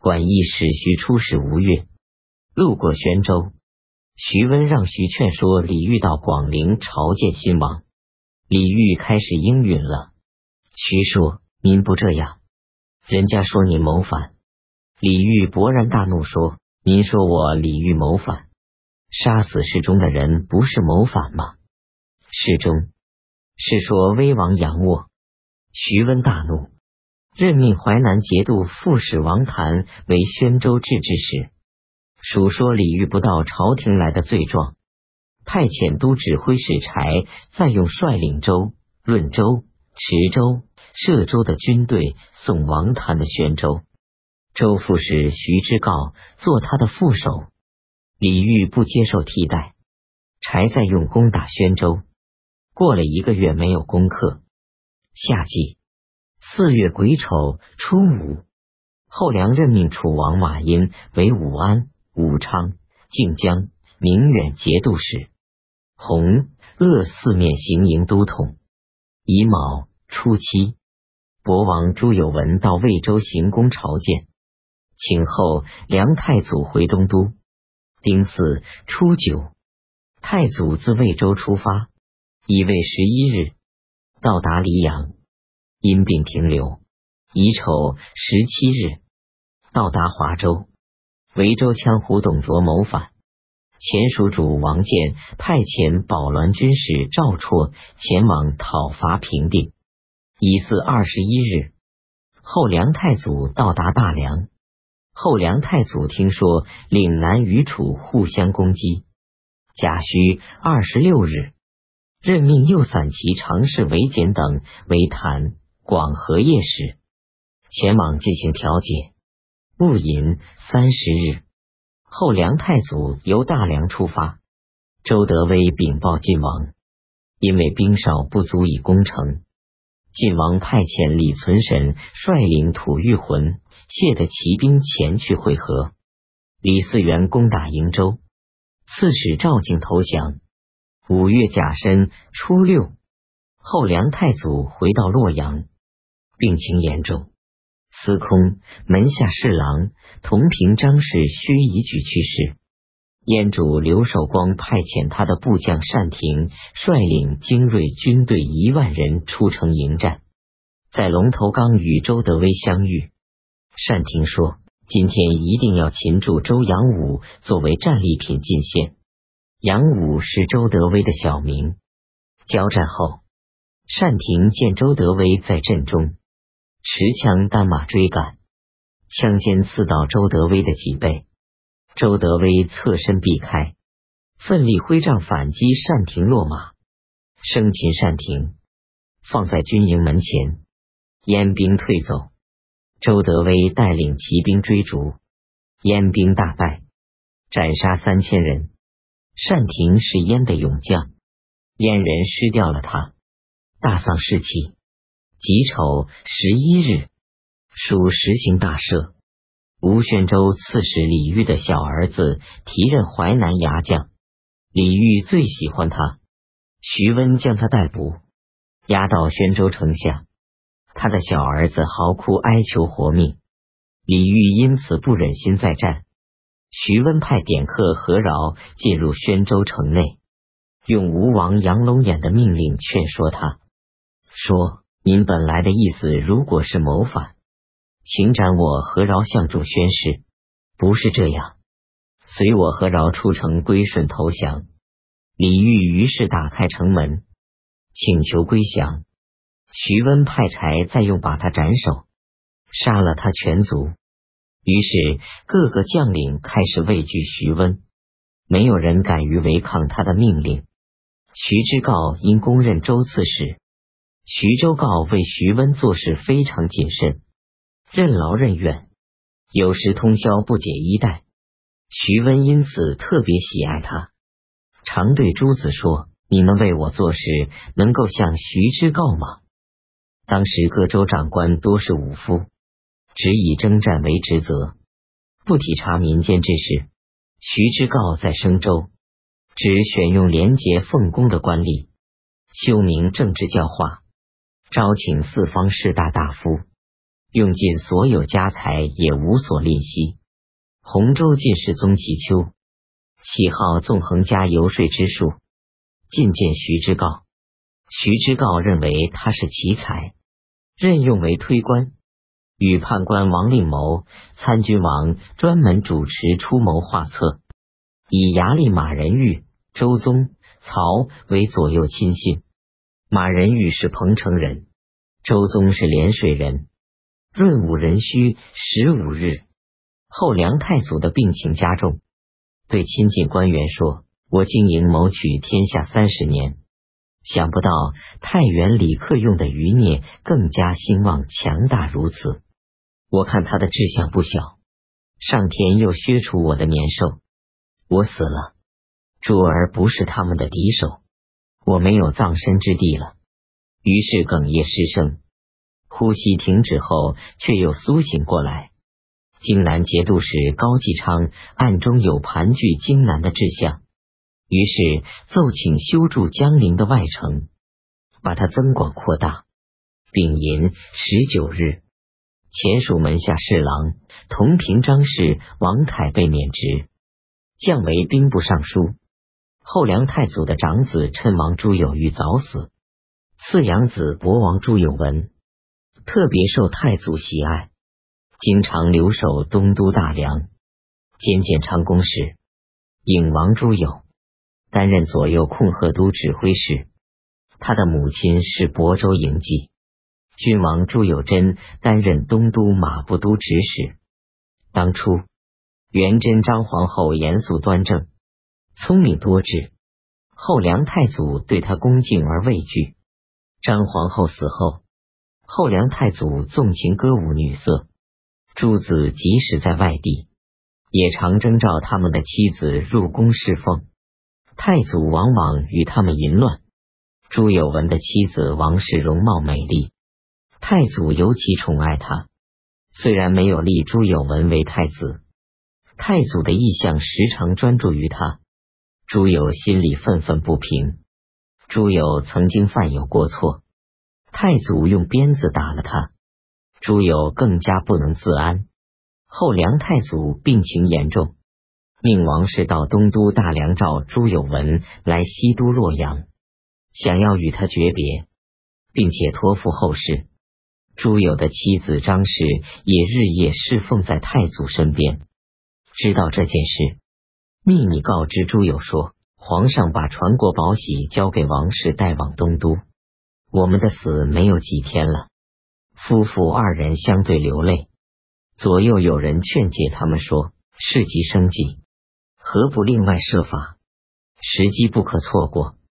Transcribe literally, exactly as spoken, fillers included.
管驿使徐出使吴越，路过宣州，徐温让徐劝说李煜到广陵朝见新王。李煜开始应允了。徐说：“您不这样，人家说您谋反。”李煜勃然大怒说：“您说我李煜谋反？杀死侍中的人不是谋反吗？侍中是说威王仰卧。”徐温大怒，任命淮南节度副使王谭为宣州制置使，数说李煜不到朝廷来的罪状，派遣都指挥使柴再用率领州、润州、池州、歙州的军队送王谭的宣州。州副使徐知诰做他的副手，李煜不接受替代，柴再用攻打宣州。过了一个月没有攻克。夏季四月癸丑初五，后梁任命楚王马殷为武安、武昌、靖江、宁远节度使，洪、鄂四面行营都统。乙卯初七，博王朱有文到魏州行宫朝见，请后梁太祖回东都。丁巳初九，太祖自魏州出发，乙未十一日到达黎阳，因病停留。乙丑十七日到达华州，维州羌胡董卓谋反，前蜀主王建派遣保銮军使赵绰前往讨伐平定。乙巳二十一日，后梁太祖到达大梁。后梁太祖听说岭南与楚互相攻击，甲戌二十六日，任命右散骑常侍韦简等为谭、广和邺使，前往进行调解。戊寅三十日，后梁太祖由大梁出发，周德威禀报晋王，因为兵少不足以攻城，晋王派遣李存审率领吐谷浑、谢的骑兵前去会合。李嗣源攻打瀛州，刺史赵敬投降。五月甲申初六，后梁太祖回到洛阳，病情严重。司空、门下侍郎、同平章事薛夷举去世。燕主刘守光派遣他的部将单廷率领精锐军队一万人出城迎战，在龙头岗与周德威相遇。单廷说：“今天一定要擒住周扬武作为战利品进献。”杨武是周德威的小名。交战后，单廷见周德威在阵中，持枪单马追赶，枪尖刺到周德威的脊背，周德威侧身避开，奋力挥杖反击单廷落马，生擒单廷，放在军营门前。燕兵退走，周德威带领骑兵追逐，燕兵大败，斩杀三千人。单廷是燕的勇将，燕人失掉了他，大丧士气。己丑十一日，蜀实行大赦。吴宣州刺史李煜的小儿子提任淮南牙将，李煜最喜欢他。徐温将他逮捕，押到宣州城下。他的小儿子嚎哭哀求活命，李煜因此不忍心再战。徐温派典客何饶进入宣州城内，用吴王杨龙眼的命令劝说他，说：“您本来的意思如果是谋反，请斩我何饶相助宣誓，不是这样，随我何饶出城归顺投降。”李煜于是打开城门，请求归降。徐温派柴再用把他斩首，杀了他全族。于是各个将领开始畏惧徐温，没有人敢于违抗他的命令。徐知诰因公任州刺史，徐州诰为徐温做事非常谨慎，任劳任怨，有时通宵不解衣带。徐温因此特别喜爱他，常对诸子说：“你们为我做事，能够像徐知诰吗？”当时各州长官多是武夫，只以征战为职责，不体察民间之事。徐知诰在升州，只选用廉洁奉公的官吏，修明政治教化，招请四方士大大夫， 用尽所有家财也无所吝惜。洪州进士宗其丘喜好纵横家游说之术，进见徐知诰。徐知诰认为他是奇才，任用为推官，与判官王令谋、参军王专门主持出谋划策，以牙力马仁玉、周宗、曹为左右亲信。马仁玉是彭城人，周宗是涟水人。闰五壬戌十五日，后梁太祖的病情加重，对亲近官员说：“我经营谋取天下三十年，想不到太原李克用的余孽更加兴旺强大如此。我看他的志向不小，上天又削除我的年寿，我死了，诸儿不是他们的敌手，我没有葬身之地了。”于是哽咽失声。呼吸停止后，却又苏醒过来。荆南节度使高继昌暗中有盘踞荆南的志向，于是奏请修筑江陵的外城，把它增广扩大。丙寅十九日，前蜀门下侍郎同平章事王凯被免职，降为兵部尚书。后梁太祖的长子趁王朱有玉早死，次养子博王朱有文特别受太祖喜爱，经常留守东都大梁，兼建昌宫使。颖王朱友担任左右控河都指挥使，他的母亲是亳州营妓。郡王朱有贞担任东都马步都指使。当初元贞张皇后严肃端正，聪明多智，后梁太祖对他恭敬而畏惧。张皇后死后，后梁太祖纵情歌舞女色，诸子即使在外地，也常征召他们的妻子入宫侍奉，太祖往往与他们淫乱。朱有文的妻子王氏容貌美丽，太祖尤其宠爱她。虽然没有立朱有文为太子，太祖的意向时常专注于他。朱有心里愤愤不平，朱有曾经犯有过错，太祖用鞭子打了他，朱有更加不能自安。后梁太祖病情严重，命王氏到东都大梁召朱有文来西都洛阳，想要与他诀别，并且托付后事。朱有的妻子张氏也日夜侍奉在太祖身边。知道这件事，秘密告知朱有说，皇上把传国宝玺交给王氏带往东都，我们的死没有几天了。夫妇二人相对流泪，左右有人劝解他们说，事急生计，何不另外设法，时机不可错过。